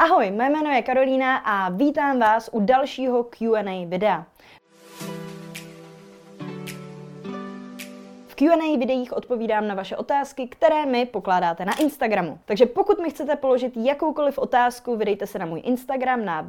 Ahoj, mé jméno je Karolína a vítám vás u dalšího Q&A videa. V Q&A videích odpovídám na vaše otázky, které mi pokládáte na Instagramu. Takže pokud mi chcete položit jakoukoliv otázku, vydejte se na můj Instagram na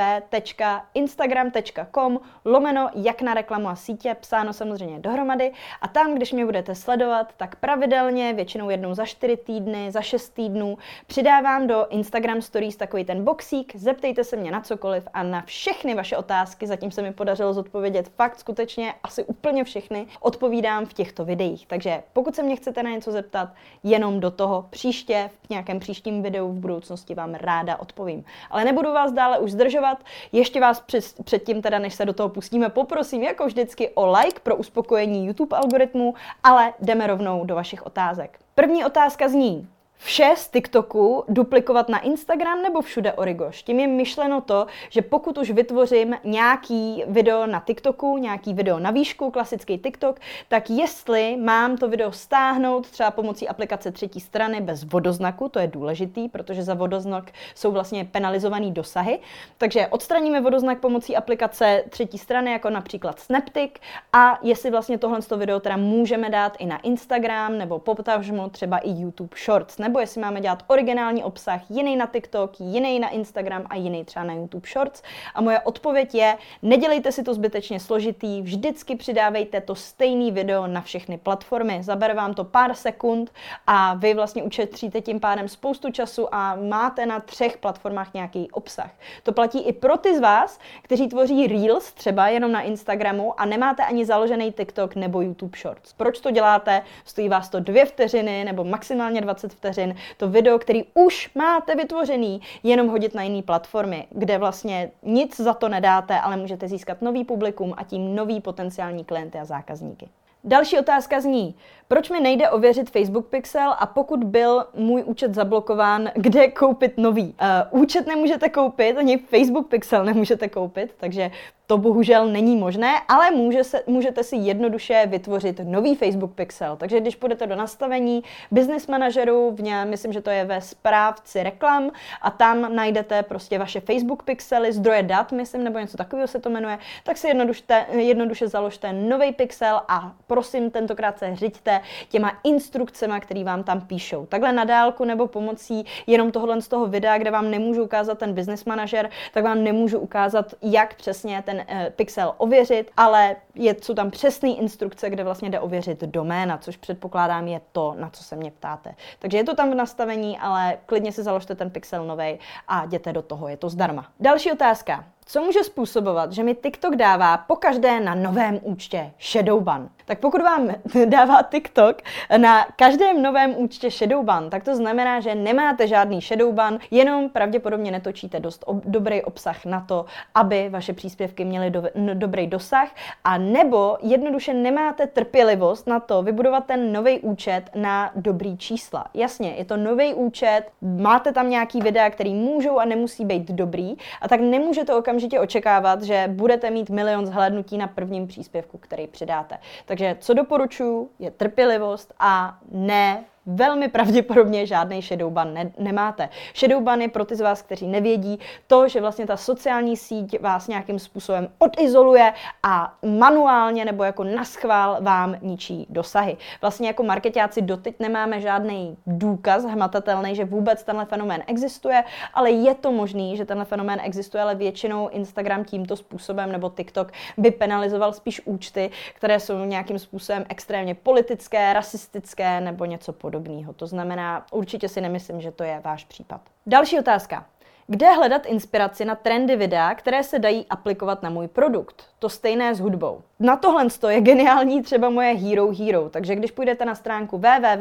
www.instagram.com/jak na reklamu a sítě, psáno samozřejmě dohromady. A tam, když mě budete sledovat, tak pravidelně, většinou jednou za 4 týdny, za 6 týdnů, přidávám do Instagram Stories takový ten boxík, zeptejte se mě na cokoliv a na všechny vaše otázky, zatím se mi podařilo zodpovědět fakt skutečně asi úplně všechny, odpovídám v těchto videích. Takže pokud se mě chcete na něco zeptat, jenom do toho příště, v nějakém příštím videu v budoucnosti vám ráda odpovím. Ale nebudu vás dále už zdržovat, ještě vás předtím teda, než se do toho pustíme, poprosím jako vždycky o like pro uspokojení YouTube algoritmu, ale jdeme rovnou do vašich otázek. První otázka zní: vše z TikToku duplikovat na Instagram nebo všude origoš? Tím je myšleno to, že pokud už vytvořím nějaký video na TikToku, nějaký video na výšku, klasický TikTok, tak jestli mám to video stáhnout třeba pomocí aplikace třetí strany bez vodoznaku, to je důležitý, protože za vodoznak jsou vlastně penalizovaný dosahy. Takže odstraníme vodoznak pomocí aplikace třetí strany, jako například SnapTik, a jestli vlastně tohle video teda můžeme dát i na Instagram nebo potažmo třeba i YouTube Shorts, nebo jestli máme dělat originální obsah, jiný na TikTok, jiný na Instagram a jiný třeba na YouTube Shorts. A moje odpověď je: nedělejte si to zbytečně složitý, vždycky přidávejte to stejný video na všechny platformy. Zabere vám to pár sekund a vy vlastně ušetříte tím pádem spoustu času a máte na 3 platformách nějaký obsah. To platí i pro ty z vás, kteří tvoří Reels třeba jenom na Instagramu a nemáte ani založený TikTok nebo YouTube Shorts. Proč to děláte? Stojí vás to 2 vteřiny nebo maximálně 20 vteřin. To video, který už máte vytvořený, jenom hodit na jiné platformy, kde vlastně nic za to nedáte, ale můžete získat nový publikum a tím nový potenciální klienty a zákazníky. Další otázka zní: proč mi nejde ověřit Facebook Pixel a pokud byl můj účet zablokován, kde koupit nový? Účet nemůžete koupit, ani Facebook Pixel nemůžete koupit, takže to bohužel není možné, ale můžete si jednoduše vytvořit nový Facebook Pixel. Takže když půjdete do nastavení Business Manageru, myslím, že to je ve správci reklam, a tam najdete prostě vaše Facebook Pixely, zdroje dat, myslím, nebo něco takového se to jmenuje, tak si jednoduše založte nový pixel a prosím, tentokrát se řiďte těma instrukcemi, které vám tam píšou. Takhle na dálku nebo pomocí jenom tohohle z toho videa, kde vám nemůžu ukázat ten Business Manager, tak vám nemůžu ukázat, jak přesně ten pixel ověřit, ale jsou tam přesné instrukce, kde vlastně jde ověřit doména, což předpokládám je to, na co se mě ptáte. Takže je to tam v nastavení, ale klidně si založte ten pixel novej a jděte do toho, je to zdarma. Další otázka. Co může způsobovat, že mi TikTok dává pokaždé na novém účtě shadow ban? Tak pokud vám dává TikTok na každém novém účtě shadow ban, tak to znamená, že nemáte žádný shadow ban, jenom pravděpodobně netočíte dost dobrý obsah na to, aby vaše příspěvky měly dobrý dosah, a nebo jednoduše nemáte trpělivost na to vybudovat ten nový účet na dobrý čísla. Jasně, je to nový účet, máte tam nějaký videa, který můžou a nemusí být dobrý, a tak nemůžete okamžitě očekávat, že budete mít milion zhlédnutí na prvním příspěvku, který přidáte. Takže co doporučuji, je trpělivost a ne, velmi pravděpodobně žádný shadow ban nemáte. Shadow ban je pro ty z vás, kteří nevědí, to, že vlastně ta sociální síť vás nějakým způsobem odizoluje a manuálně nebo jako naschvál vám ničí dosahy. Vlastně jako marketáci doteď nemáme žádný důkaz hmatatelný, že vůbec tenhle fenomén existuje, ale je to možný, že tenhle fenomén existuje, ale většinou Instagram tímto způsobem nebo TikTok by penalizoval spíš účty, které jsou nějakým způsobem extrémně politické, rasistické nebo něco podobného. To znamená, určitě si nemyslím, že to je váš případ. Další otázka. Kde hledat inspiraci na trendy videa, které se dají aplikovat na můj produkt? To stejné s hudbou. Na tohle je geniální třeba moje Hero Hero, takže když půjdete na stránku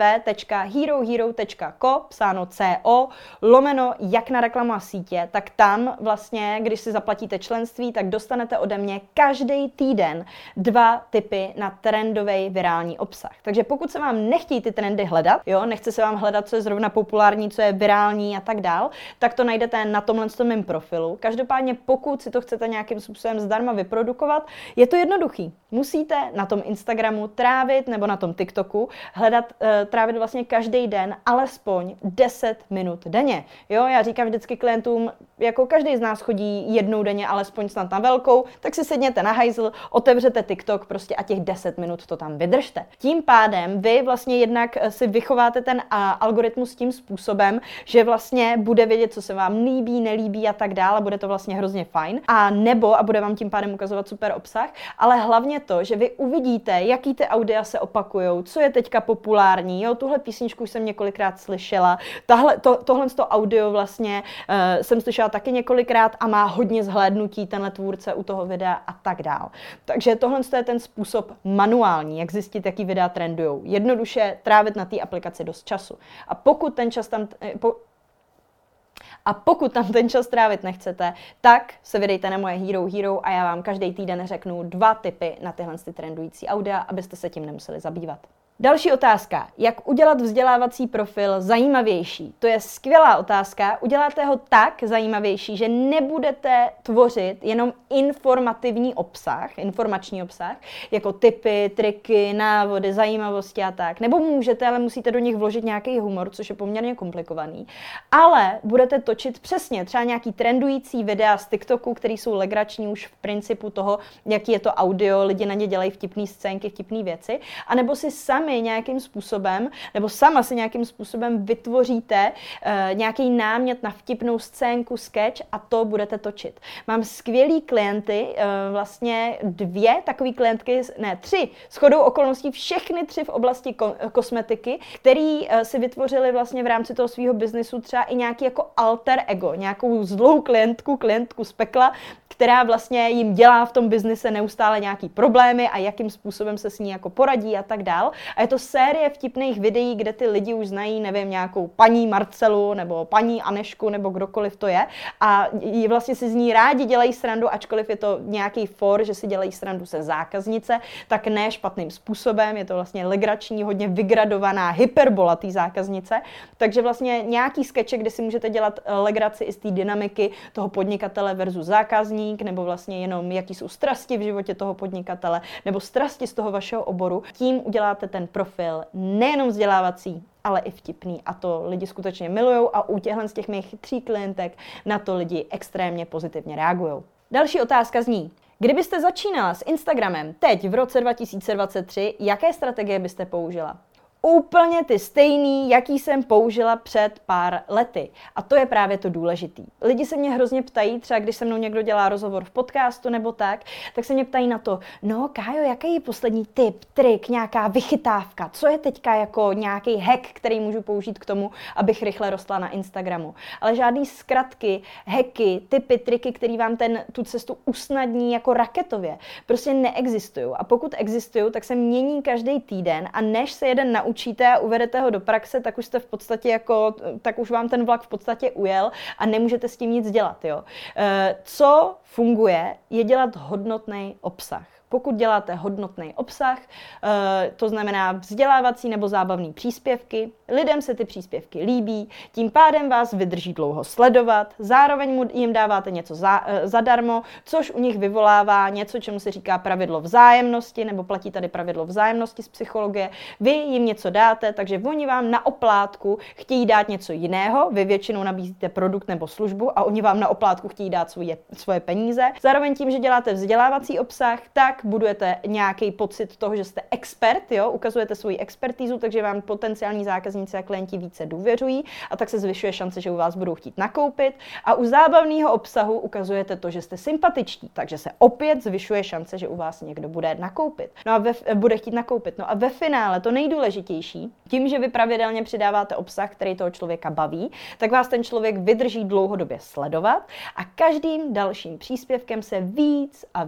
www.herohero.co, psáno CO, jak na reklamu a sítě, tak tam vlastně, když si zaplatíte členství, tak dostanete ode mě každý týden 2 tipy na trendový virální obsah. Takže pokud se vám nechtějí ty trendy hledat, nechce se vám hledat, co je zrovna populární, co je virální a tak dál, tak to najdete na tomhle mém profilu. Každopádně pokud si to chcete nějakým způsobem zdarma vyprodukovat, je to jednoduchý. jasný. Musíte na tom Instagramu trávit, nebo na tom TikToku trávit vlastně každý den alespoň 10 minut denně. Jo, já říkám vždycky klientům, jako každý z nás chodí jednou denně alespoň snad na velkou, tak si sedněte na hajzl, otevřete TikTok prostě a těch 10 minut to tam vydržte. Tím pádem vy vlastně jednak si vychováte ten algoritmus tím způsobem, že vlastně bude vědět, co se vám líbí, nelíbí a tak dále, bude to vlastně hrozně fajn. A bude vám tím pádem ukazovat super obsah, ale hlavně to, že vy uvidíte, jaký ty audia se opakujou, co je teďka populární. Jo, tuhle písničku jsem několikrát slyšela, tohle audio vlastně jsem slyšela taky několikrát a má hodně zhlédnutí tenhle tvůrce u toho videa a tak dál. Takže tohle je ten způsob manuální, jak zjistit, jaký videa trendujou. Jednoduše trávit na té aplikaci dost času. A pokud tam ten čas trávit nechcete, tak se vydejte na moje Hero a já vám každý týden řeknu 2 tipy na tyhle trendující audia, abyste se tím nemuseli zabývat. Další otázka. Jak udělat vzdělávací profil zajímavější? To je skvělá otázka. Uděláte ho tak zajímavější, že nebudete tvořit jenom informační obsah, jako tipy, triky, návody, zajímavosti a tak. Nebo můžete, ale musíte do nich vložit nějaký humor, což je poměrně komplikovaný. Ale budete točit přesně třeba nějaký trendující videa z TikToku, který jsou legrační už v principu toho, jaký je to audio, lidi na ně dělají vtipný scénky, vtipný věci, anebo si sama si nějakým způsobem vytvoříte nějaký námět na vtipnou scénku, sketch a to budete točit. Mám skvělý klienty, vlastně 2 takové klientky, 3, shodou okolností všechny 3 v oblasti kosmetiky, který si vytvořili vlastně v rámci toho svého biznesu třeba i nějaký jako alter ego, nějakou zlou klientku z pekla, která vlastně jim dělá v tom biznise neustále nějaký problémy a jakým způsobem se s ní jako poradí a tak dál. A je to série vtipných videí, kde ty lidi už znají, nevím, nějakou paní Marcelu nebo paní Anešku nebo kdokoliv to je a vlastně si z ní rádi dělají srandu, ačkoliv je to nějaký for, že si dělají srandu se zákaznice, tak ne špatným způsobem, je to vlastně legrační, hodně vygradovaná hyperbola té zákaznice, takže vlastně nějaký skeče, kde si můžete dělat legraci i z té dynamiky toho podnikatele versus zákazník, nebo vlastně jenom jaký jsou strasti v životě toho podnikatele, nebo strasti z toho vašeho oboru. Tím uděláte ten profil nejenom vzdělávací, ale i vtipný a to lidi skutečně milujou a u těchhle z těch mých 3 klientek na to lidi extrémně pozitivně reagujou. Další otázka zní: kdybyste začínala s Instagramem teď v roce 2023, jaké strategie byste použila? Úplně ty stejný, jaký jsem použila před pár lety. A to je právě to důležitý. Lidi se mě hrozně ptají, třeba když se mnou někdo dělá rozhovor v podcastu nebo tak se mě ptají na to, no Kájo, jaký je poslední tip, trik, nějaká vychytávka, co je teďka jako nějaký hack, který můžu použít k tomu, abych rychle rostla na Instagramu. Ale žádný zkratky, hacky, tipy, triky, které vám tu cestu usnadní jako raketově, prostě neexistují. A pokud existují, tak se mění každý týden a než se jeden naučíte a uvedete ho do praxe, tak už jste v podstatě tak už vám ten vlak v podstatě ujel a nemůžete s tím nic dělat. Jo. Co funguje, je dělat hodnotný obsah. Pokud děláte hodnotný obsah, to znamená vzdělávací nebo zábavný příspěvky, lidem se ty příspěvky líbí, tím pádem vás vydrží dlouho sledovat, zároveň jim dáváte něco zadarmo, což u nich vyvolává něco, čemu se říká pravidlo vzájemnosti, nebo platí tady pravidlo vzájemnosti z psychologie. Vy jim něco dáte, takže oni vám na oplátku chtějí dát něco jiného, vy většinou nabízíte produkt nebo službu a oni vám na oplátku chtějí dát svoje peníze. Zároveň tím, že děláte vzdělávací obsah, tak budujete nějaký pocit toho, že jste expert, jo? Ukazujete svoji expertízu, takže vám potenciální zákazníci a klienti více důvěřují a tak se zvyšuje šance, že u vás budou chtít nakoupit. A u zábavného obsahu ukazujete to, že jste sympatičtí, takže se opět zvyšuje šance, že u vás někdo bude nakoupit. Bude chtít nakoupit. No a ve finále to nejdůležitější, tím, že vy pravidelně přidáváte obsah, který toho člověka baví, tak vás ten člověk vydrží dlouhodobě sledovat a každým dalším příspěvkem se víc a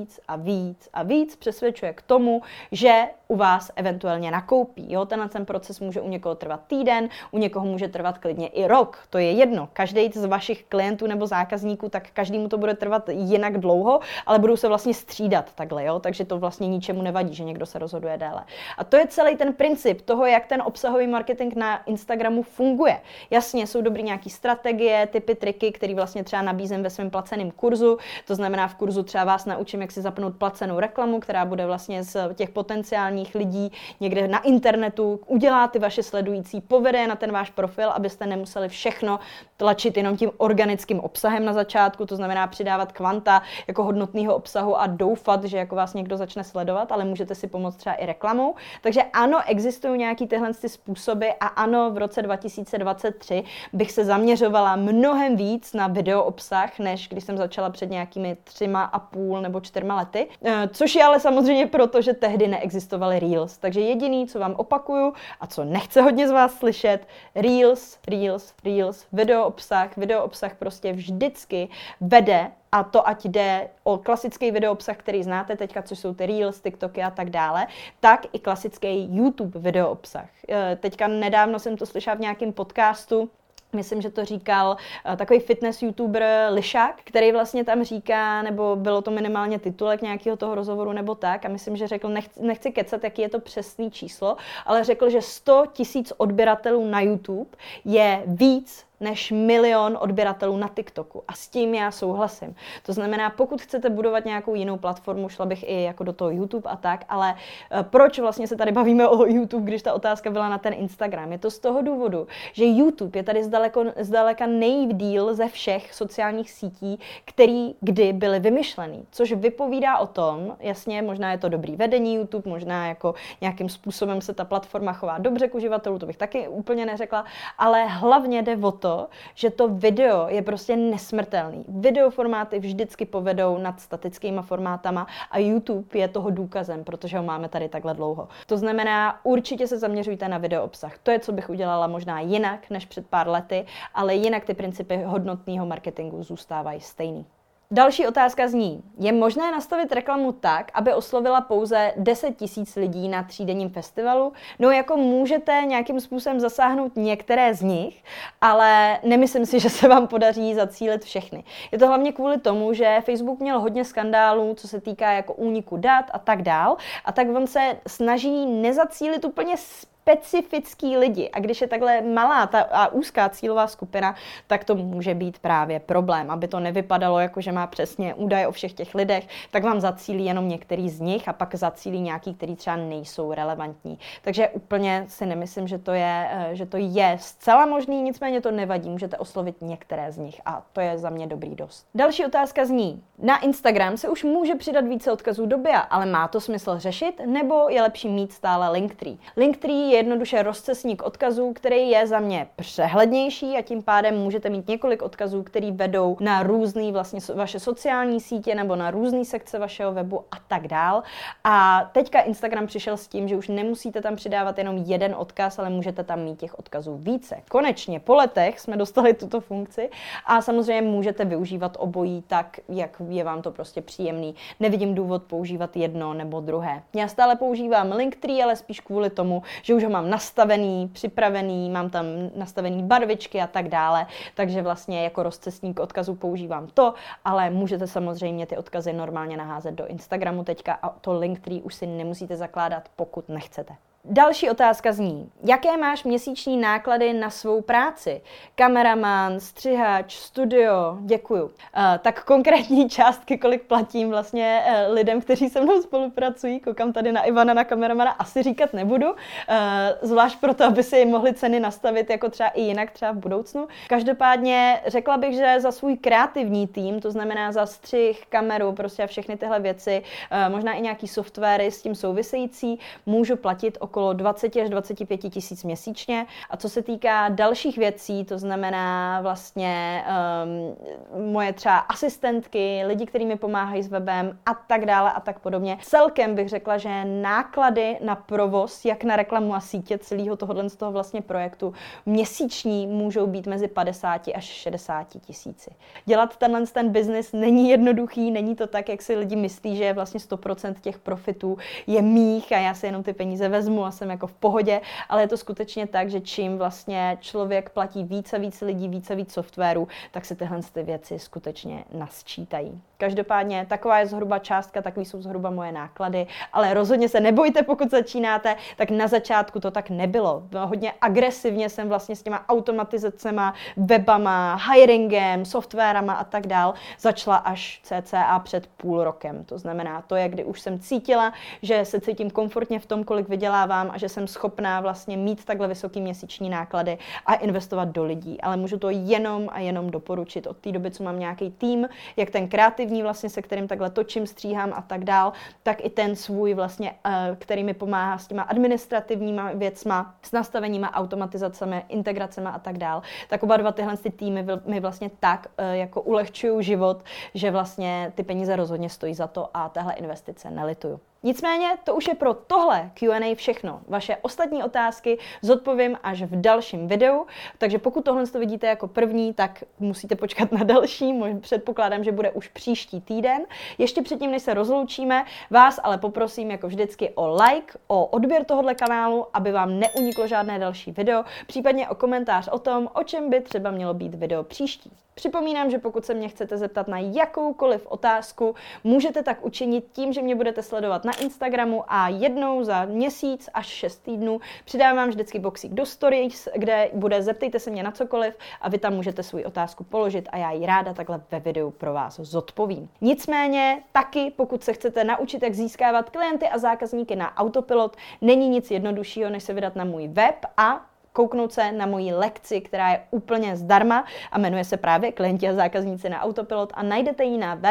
víc přesvědčuje k tomu, že u vás eventuálně nakoupí. Jo, ten proces může u někoho trvat týden, u někoho může trvat klidně i rok. To je jedno. Každý z vašich klientů nebo zákazníků, tak každému to bude trvat jinak dlouho, ale budou se vlastně střídat takhle, jo? Takže to vlastně ničemu nevadí, že někdo se rozhoduje déle. A to je celý ten princip toho, jak ten obsahový marketing na Instagramu funguje. Jasně, jsou dobrý nějaký strategie, typy, triky, které vlastně třeba nabízím ve svém placeném kurzu. To znamená, v kurzu třeba vás naučím, jak si zapnout placenou placenou reklamu, která bude vlastně z těch potenciálních lidí někde na internetu, udělá ty vaše sledující, povede je na ten váš profil, abyste nemuseli všechno tlačit jenom tím organickým obsahem na začátku, to znamená přidávat kvanta jako hodnotného obsahu a doufat, že jako vás někdo začne sledovat, ale můžete si pomoct třeba i reklamou. Takže ano, existují nějaký tyhle způsoby a ano, v roce 2023 bych se zaměřovala mnohem víc na video obsah, než když jsem začala před nějakými 3,5 nebo 4 lety, což je ale samozřejmě proto, že tehdy neexistovaly Reels. Takže jediný, co vám opakuju a co nechce hodně z vás slyšet, Reels, video obsah prostě vždycky vede, a to ať jde o klasický video obsah, který znáte teďka, což jsou ty Reels, TikToky a tak dále, tak i klasický YouTube video obsah. Teďka nedávno jsem to slyšela v nějakém podcastu, myslím, že to říkal takový fitness youtuber Lišák, který vlastně tam říká, nebo bylo to minimálně titulek nějakého toho rozhovoru nebo tak, a myslím, že řekl, nechci kecat, jaký je to přesný číslo, ale řekl, že 100 000 odběratelů na YouTube je víc než 1 milion odběratelů na TikToku. A s tím já souhlasím. To znamená, pokud chcete budovat nějakou jinou platformu, šla bych i jako do toho YouTube a tak, ale proč vlastně se tady bavíme o YouTube, když ta otázka byla na ten Instagram? Je to z toho důvodu, že YouTube je tady zdaleka nejdýl ze všech sociálních sítí, který kdy byly vymyšlený, což vypovídá o tom, jasně, možná je to dobrý vedení YouTube, možná jako nějakým způsobem se ta platforma chová dobře k uživatelů, to bych taky úplně neřekla, ale hlavně jde o to, že to video je prostě nesmrtelný. Videoformáty vždycky povedou nad statickýma formátama a YouTube je toho důkazem, protože ho máme tady takhle dlouho. To znamená, určitě se zaměřujte na video obsah. To je, co bych udělala možná jinak než před pár lety, ale jinak ty principy hodnotného marketingu zůstávají stejný. Další otázka zní, je možné nastavit reklamu tak, aby oslovila pouze 10 000 lidí na 3denním festivalu? No jako můžete nějakým způsobem zasáhnout některé z nich, ale nemyslím si, že se vám podaří zacílit všechny. Je to hlavně kvůli tomu, že Facebook měl hodně skandálů, co se týká jako úniku dat a tak dál, a tak on se snaží nezacílit úplně specifický lidi. A když je takhle malá a úzká cílová skupina, tak to může být právě problém. Aby to nevypadalo jako, že má přesně údaje o všech těch lidech, tak vám zacílí jenom některý z nich a pak zacílí nějaký, který třeba nejsou relevantní. Takže úplně si nemyslím, že to je zcela možný, nicméně to nevadí, můžete oslovit některé z nich a to je za mě dobrý dost. Další otázka zní, na Instagram se už může přidat více odkazů do BIA, ale má to smysl řešit, nebo je lepší mít stále Linktree? Linktree je jednoduše rozcesník odkazů, který je za mě přehlednější a tím pádem můžete mít několik odkazů, který vedou na různé vlastně vaše sociální sítě nebo na různé sekce vašeho webu a tak dál. A teďka Instagram přišel s tím, že už nemusíte tam přidávat jenom jeden odkaz, ale můžete tam mít těch odkazů více. Konečně po letech jsme dostali tuto funkci a samozřejmě můžete využívat obojí tak, jak je vám to prostě příjemný. Nevidím důvod používat jedno nebo druhé. Já stále používám Linktree, ale spíš kvůli tomu, že už ho mám nastavený, připravený, mám tam nastavený barvičky a tak dále, takže vlastně jako rozcestník odkazů používám to, ale můžete samozřejmě ty odkazy normálně naházet do Instagramu teďka a to Linktree už si nemusíte zakládat, pokud nechcete. Další otázka zní, jaké máš měsíční náklady na svou práci? Kameraman, střihač, studio, děkuju. Tak konkrétní částky, kolik platím vlastně lidem, kteří se mnou spolupracují, koukám tady na Ivana, na kameramana, asi říkat nebudu, zvlášť proto, aby si mohli ceny nastavit jako třeba i jinak třeba v budoucnu. Každopádně řekla bych, že za svůj kreativní tým, to znamená za střih, kameru, prostě a všechny tyhle věci, možná i nějaký softwary s tím související, můžu platit okolo 20 až 25 tisíc měsíčně. A co se týká dalších věcí, to znamená vlastně moje třeba asistentky, lidi, kteří mi pomáhají s webem a tak dále a tak podobně. Celkem bych řekla, že náklady na provoz, jak na reklamu a sítě celého tohohle z toho vlastně projektu měsíční můžou být mezi 50 až 60 tisíci. Dělat ten biznis není jednoduchý, není to tak, jak si lidi myslí, že vlastně 100% těch profitů je mých a já si jenom ty peníze vezmu a jsem jako v pohodě, ale je to skutečně tak, že čím vlastně člověk platí více a více lidí, více a víc softwaru, tak se tyhle ty věci skutečně nasčítají. Každopádně taková je zhruba částka, takový jsou zhruba moje náklady, ale rozhodně se nebojte, pokud začínáte, tak na začátku to tak nebylo. Hodně agresivně jsem vlastně s těma automatizacema, webama, hiringem, softwarama a tak dál začala až cca před půl rokem. To znamená, to je, kdy už jsem cítila, že se cítím komfortně v tom, kolik vydělávám a že jsem schopná vlastně mít takhle vysoký měsíční náklady a investovat do lidí. Ale můžu to jenom a jenom doporučit od té doby, co mám nějaký tým, jak ten kreativní vlastně, se kterým takhle točím, stříhám a tak dál, tak i ten svůj vlastně, který mi pomáhá s těma administrativníma věcma, s nastaveníma, automatizacemi, integracemi a tak dál. Tak oba dva tyhle týmy mi vlastně tak jako ulehčují život, že vlastně ty peníze rozhodně stojí za to a téhle investice nelituju. Nicméně to už je pro tohle Q&A všechno. Vaše ostatní otázky zodpovím až v dalším videu, takže pokud tohle vidíte jako první, tak musíte počkat na další, předpokládám, že bude už příští týden. Ještě předtím, než se rozloučíme, vás ale poprosím jako vždycky o like, o odběr tohohle kanálu, aby vám neuniklo žádné další video, případně o komentář o tom, o čem by třeba mělo být video příští. Připomínám, že pokud se mě chcete zeptat na jakoukoliv otázku, můžete tak učinit tím, že mě budete sledovat na Instagramu a jednou za měsíc až 6 týdnů přidávám vždycky boxík do stories, kde bude zeptejte se mě na cokoliv a vy tam můžete svou otázku položit a já ji ráda takhle ve videu pro vás zodpovím. Nicméně taky, pokud se chcete naučit, jak získávat klienty a zákazníky na autopilot, není nic jednoduššího, než se vydat na můj web a kouknout se na moji lekci, která je úplně zdarma a jmenuje se právě Klienti a zákazníci na autopilot a najdete ji na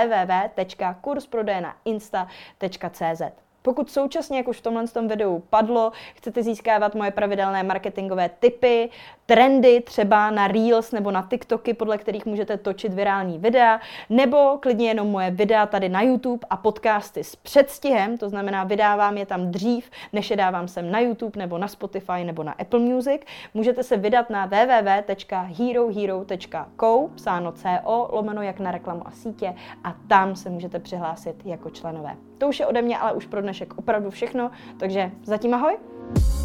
www.kursprodejnainsta.cz. Pokud současně, jak už v tomhle videu padlo, chcete získávat moje pravidelné marketingové tipy, trendy třeba na Reels nebo na TikToky, podle kterých můžete točit virální videa, nebo klidně jenom moje videa tady na YouTube a podcasty s předstihem, to znamená vydávám je tam dřív, než je dávám sem na YouTube nebo na Spotify nebo na Apple Music, můžete se vydat na www.herohero.co, psáno CO, lomeno jak na reklamu a sítě a tam se můžete přihlásit jako členové. To už je ode mě ale už pro dnešek opravdu všechno, takže zatím ahoj!